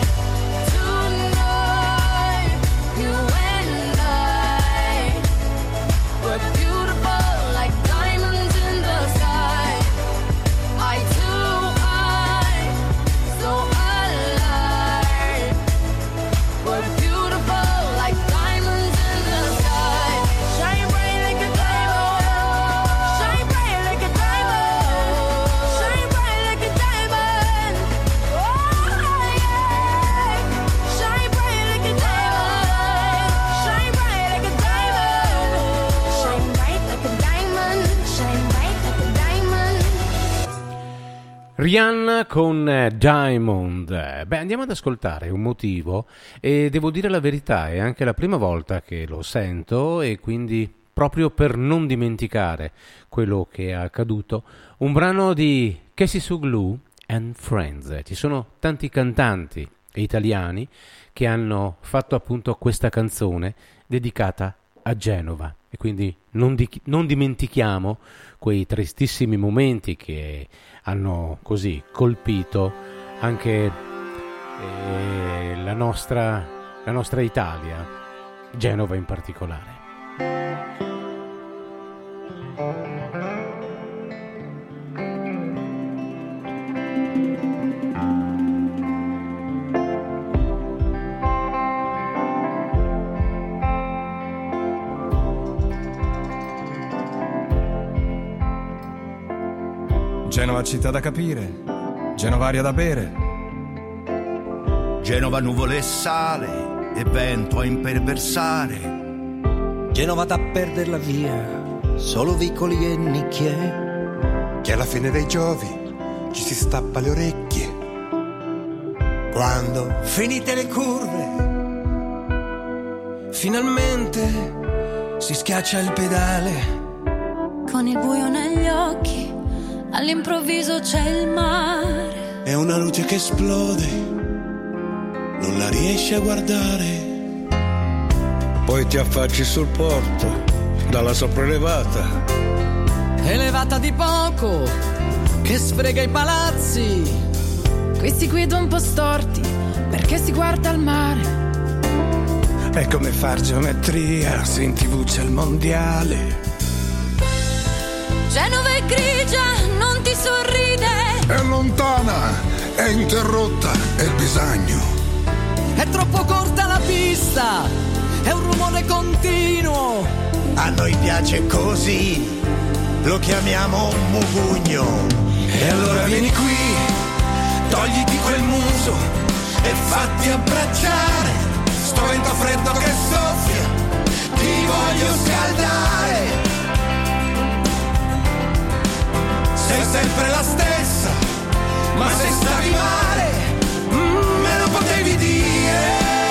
tonight. You and I, we're beautiful like diamonds in the sky. I too, I'm so alive. We're beautiful like diamonds in the sky. Shine bright like a diamond. Shine bright like a diamond. Shine bright like a diamond. Oh yeah. Shine bright like a diamond. Shine bright like a diamond. Shine bright like a diamond. Shine bright like a diamond. Rihanna con Diamond. Beh, andiamo ad ascoltare un motivo e devo dire la verità, è anche la prima volta che lo sento e quindi proprio per non dimenticare quello che è accaduto, un brano di Casey Suglu and Friends. Ci sono tanti cantanti italiani che hanno fatto appunto questa canzone dedicata a Genova e quindi non dimentichiamo quei tristissimi momenti che hanno così colpito anche la nostra Italia, Genova in particolare. Genova città da capire, Genova aria da bere. Genova nuvole e sale e vento a imperversare. Genova da perdere la via, solo vicoli e nicchie. Che alla fine dei giovi ci si stappa le orecchie. Quando finite le curve, finalmente si schiaccia il pedale. Con il buio negli occhi, all'improvviso c'è il mare. È una luce che esplode, non la riesci a guardare. Poi ti affacci sul porto, dalla sopraelevata. Elevata di poco, che sfrega i palazzi. Questi qui un po' storti, perché si guarda al mare. È come far geometria, se in TV c'è il mondiale. Genova è grigia, non ti sorride. È lontana, è interrotta, è il bisagno. È troppo corta la pista, è un rumore continuo. A noi piace così, lo chiamiamo un mugugno. E allora vieni qui, togliti quel muso e fatti abbracciare. Sto vento freddo che soffia, ti voglio scaldare. Sei sempre la stessa, ma se stavi male, me lo potevi dire.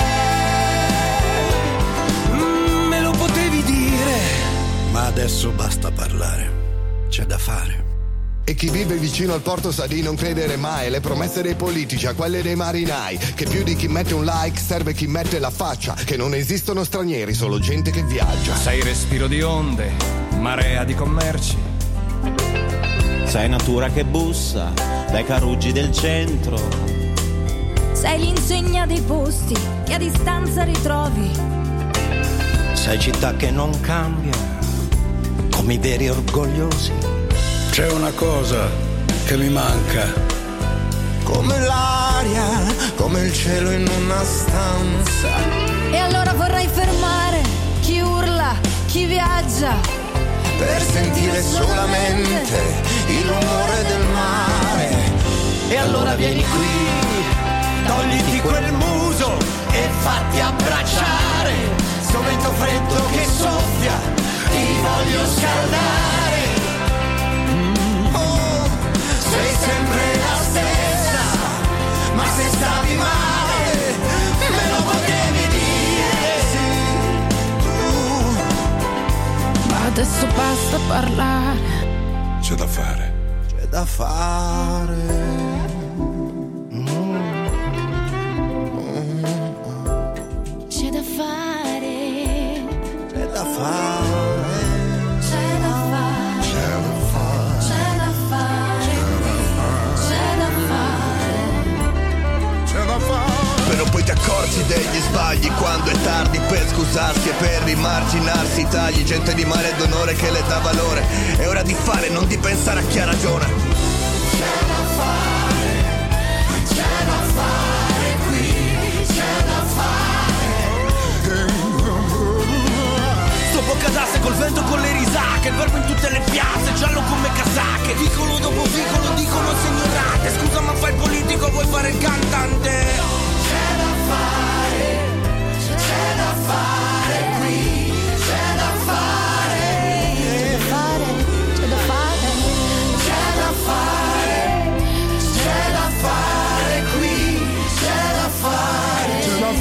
Me lo potevi dire. Ma adesso basta parlare, c'è da fare. E chi vive vicino al porto sa di non credere mai alle promesse dei politici, a quelle dei marinai, che più di chi mette un like serve chi mette la faccia, che non esistono stranieri, solo gente che viaggia. Sei respiro di onde, marea di commerci. Sei natura che bussa dai caruggi del centro. Sei l'insegna dei posti che a distanza ritrovi. Sei città che non cambia, come i veri orgogliosi. C'è una cosa che mi manca. Come l'aria, come il cielo in una stanza. E allora vorrei fermare chi urla, chi viaggia, per sentire solamente il rumore del mare. E allora vieni qui, togliti quel muso e fatti abbracciare. Sto vento freddo che soffia, ti voglio scaldare. Sei sempre la stessa, ma se stavi male, me lo potevi dire, sì, tu. Ma adesso basta parlare. C'è da fare. C'è da fare. C'è da fare. C'è da fare. Però poi ti accorgi degli sbagli quando è tardi per scusarsi e per rimarginarsi. Tagli gente di mare ed onore che le dà valore. È ora di fare, non di pensare a chi ha ragione. C'è da fare qui, c'è da fare. Sto boccasasse col vento, con le risate, il verbo in tutte le piazze, giallo come casacche. Vicolo dopo vicolo dicono signorate. Scusa ma fai il politico, vuoi fare il cantante? C'è da fare qui, c'è da fare. C'è da fare, c'è da fare. C'è da fare, c'è da fare qui, c'è da fare. C'è da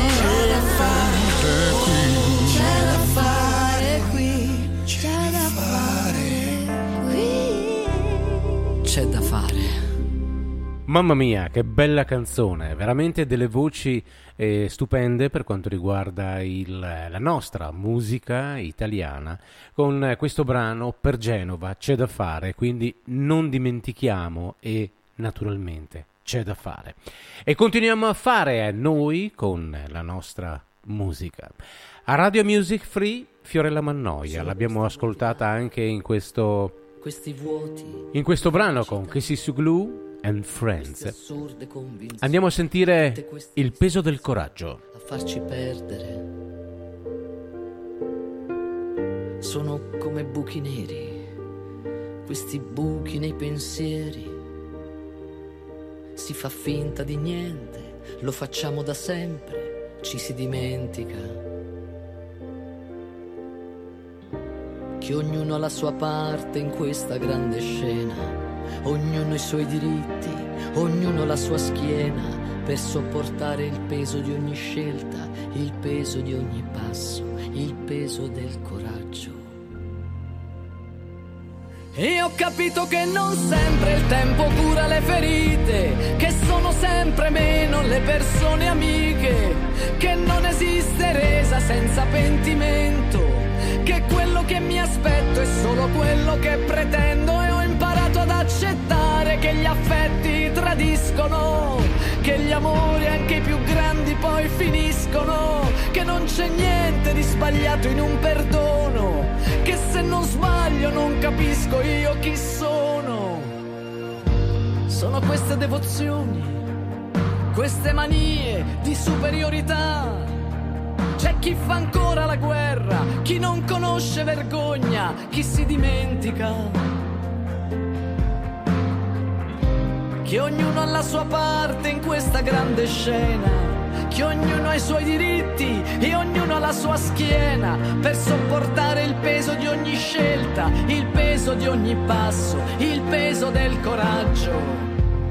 fare qui. C'è da fare qui, c'è da fare qui. C'è da fare. Mamma mia, che bella canzone, veramente delle voci stupende per quanto riguarda la nostra musica italiana, con questo brano Per Genova, C'è da fare, quindi non dimentichiamo e naturalmente c'è da fare. E continuiamo a fare noi con la nostra musica. A Radio Music Free, Fiorella Mannoia, l'abbiamo ascoltata anche in questo brano con Kissy Suglu and Friends. Andiamo a sentire Il peso del coraggio. A farci perdere. Sono come buchi neri, questi buchi nei pensieri. Si fa finta di niente, lo facciamo da sempre, ci si dimentica che ognuno ha la sua parte in questa grande scena. ognuno i suoi diritti, ognuno la sua schiena, per sopportare il peso di ogni scelta, il peso di ogni passo, il peso del coraggio. E ho capito che non sempre il tempo cura le ferite, che sono sempre meno le persone amiche, che non esiste resa senza pentimento, che quello che mi aspetto è solo quello che pretendo, e ho imparato ad accettare che gli affetti tradiscono, che gli amori anche i più grandi poi finiscono, che non c'è niente di sbagliato in un perdono, che se non sbaglio non capisco io chi sono. Sono queste devozioni, queste manie di superiorità. C'è chi fa ancora la guerra, chi non conosce vergogna, chi si dimentica. Che ognuno ha la sua parte in questa grande scena, che ognuno ha i suoi diritti e ognuno ha la sua schiena, per sopportare il peso di ogni scelta, il peso di ogni passo, il peso del coraggio.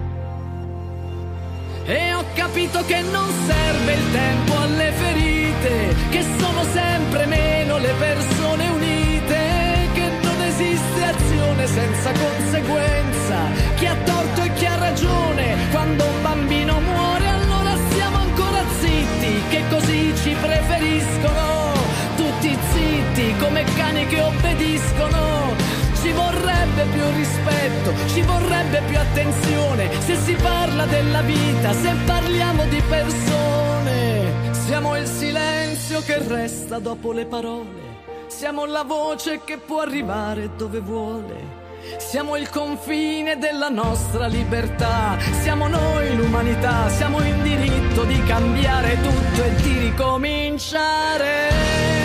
E ho capito che non serve il tempo alle ferite, che sono sempre meno le persone unite, che non esiste azione senza conseguenza, chi ha torto e chi ha ragione. Quando un bambino muore allora siamo ancora zitti, che così ci preferiscono, tutti zitti come cani che obbediscono. Ci vorrebbe più rispetto, ci vorrebbe più attenzione, se si parla della vita, se parliamo di persone. Siamo il silenzio che resta dopo le parole, siamo la voce che può arrivare dove vuole, siamo il confine della nostra libertà, siamo noi l'umanità, siamo in diritto di cambiare tutto e di ricominciare.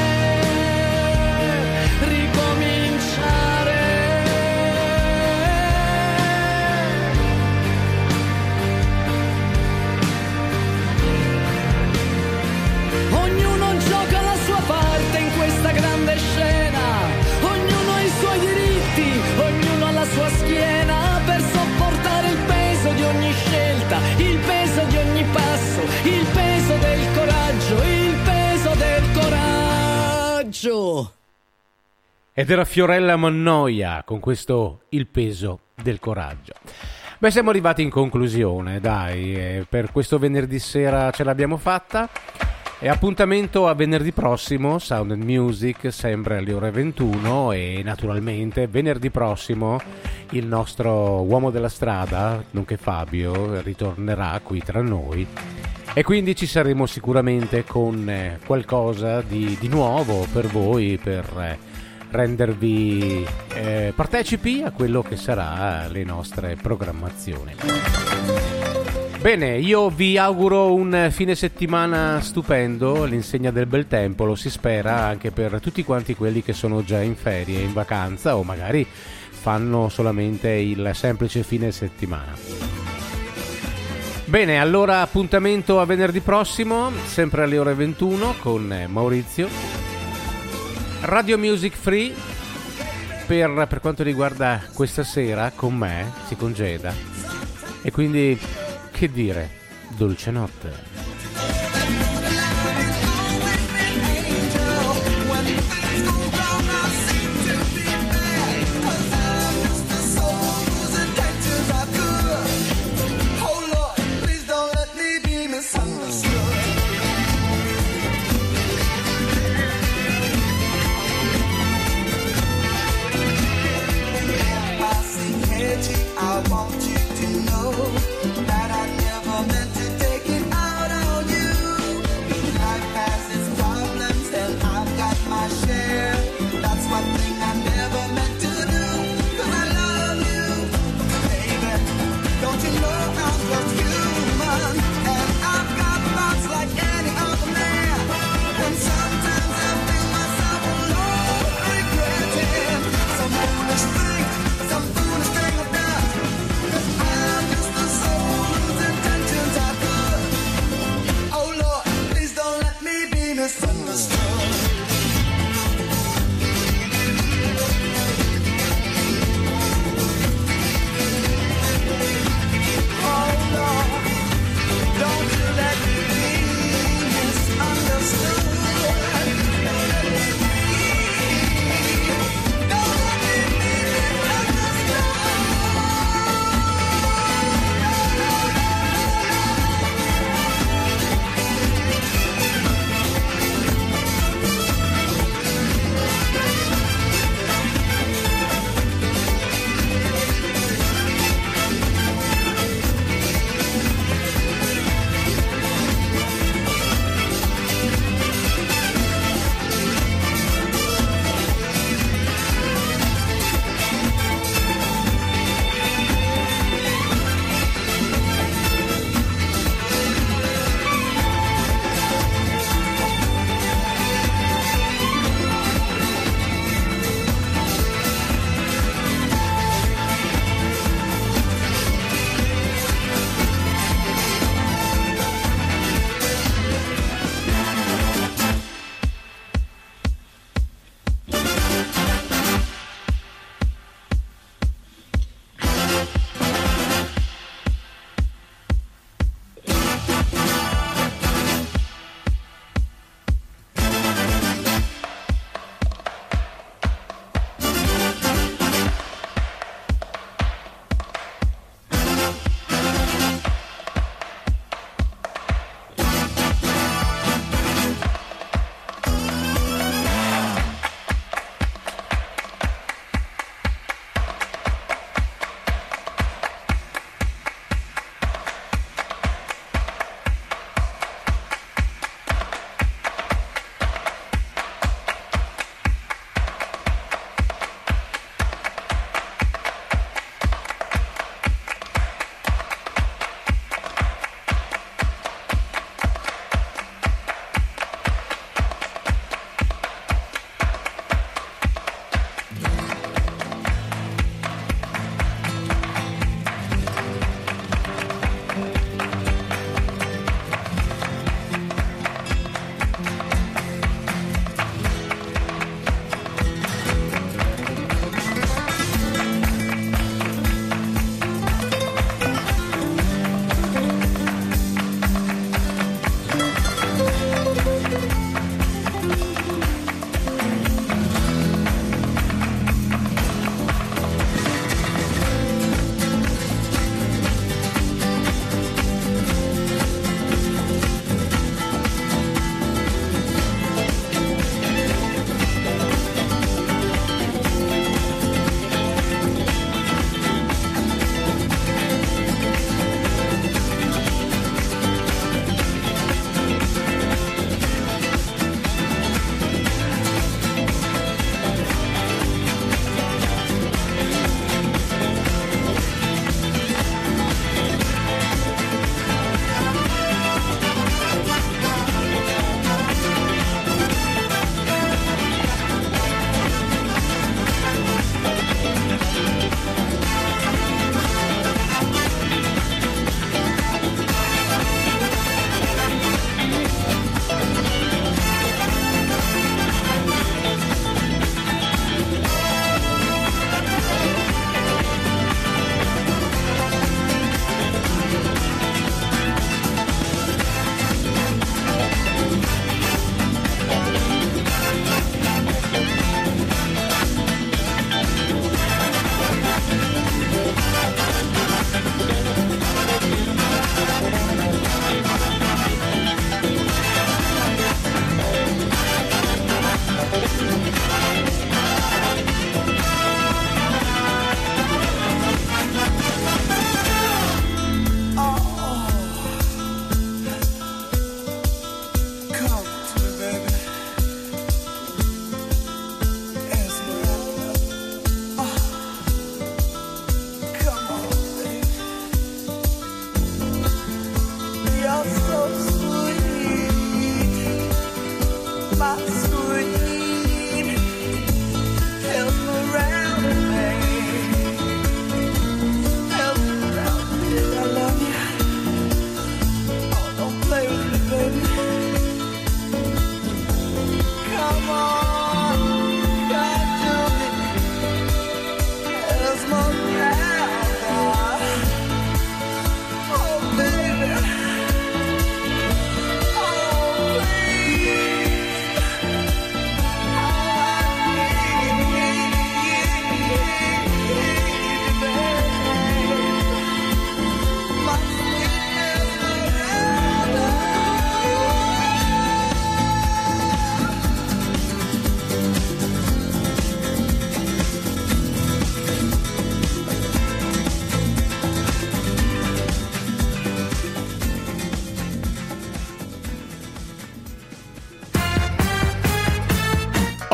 Ognuno gioca la sua parte in questa grande scena, ognuno ha i suoi diritti, ognuno ha la sua schiena, per sopportare il peso di ogni scelta, il peso di ogni passo, il peso del coraggio, il peso del coraggio. Ed era Fiorella Mannoia con questo Il peso del coraggio. Beh, siamo arrivati in conclusione, dai, per questo venerdì sera ce l'abbiamo fatta. E appuntamento a venerdì prossimo, Sound and Music, sempre alle ore 21, e naturalmente venerdì prossimo il nostro uomo della strada, nonché Fabio, ritornerà qui tra noi, e quindi ci saremo sicuramente con qualcosa di nuovo per voi, per rendervi partecipi a quello che sarà le nostre programmazioni. Bene, io vi auguro un fine settimana stupendo, all'insegna del bel tempo, lo si spera, anche per tutti quanti quelli che sono già in ferie, in vacanza, o magari fanno solamente il semplice fine settimana. Bene, allora appuntamento a venerdì prossimo, sempre alle ore 21 con Maurizio. Radio Music Free per quanto riguarda questa sera con me, si congeda, e quindi che dire, dolce notte. I want you to know that I never meant to take it out on you. Life has its problems and I've got my share. That's one thing I never meant to do, 'cause I love you, baby. Don't you know I'm just human, and I've got thoughts like any other man. And sometimes I feel myself alone, regretting some foolish thing I've done. 'Cause I'm just a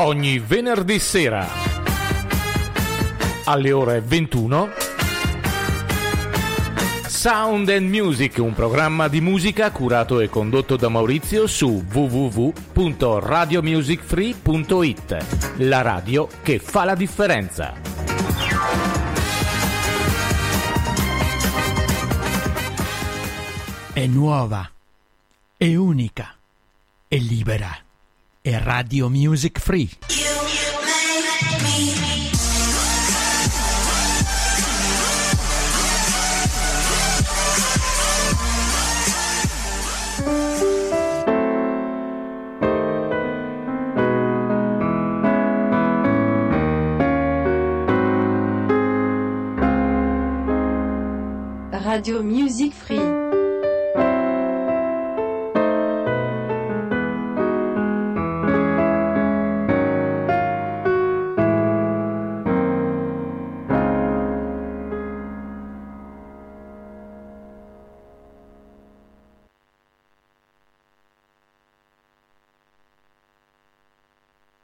ogni venerdì sera alle ore 21. Sound and Music, un programma di musica curato e condotto da Maurizio su www.radiomusicfree.it, la radio che fa la differenza. È nuova, è unica, è libera, è Radio Music Free. Radio Music Free.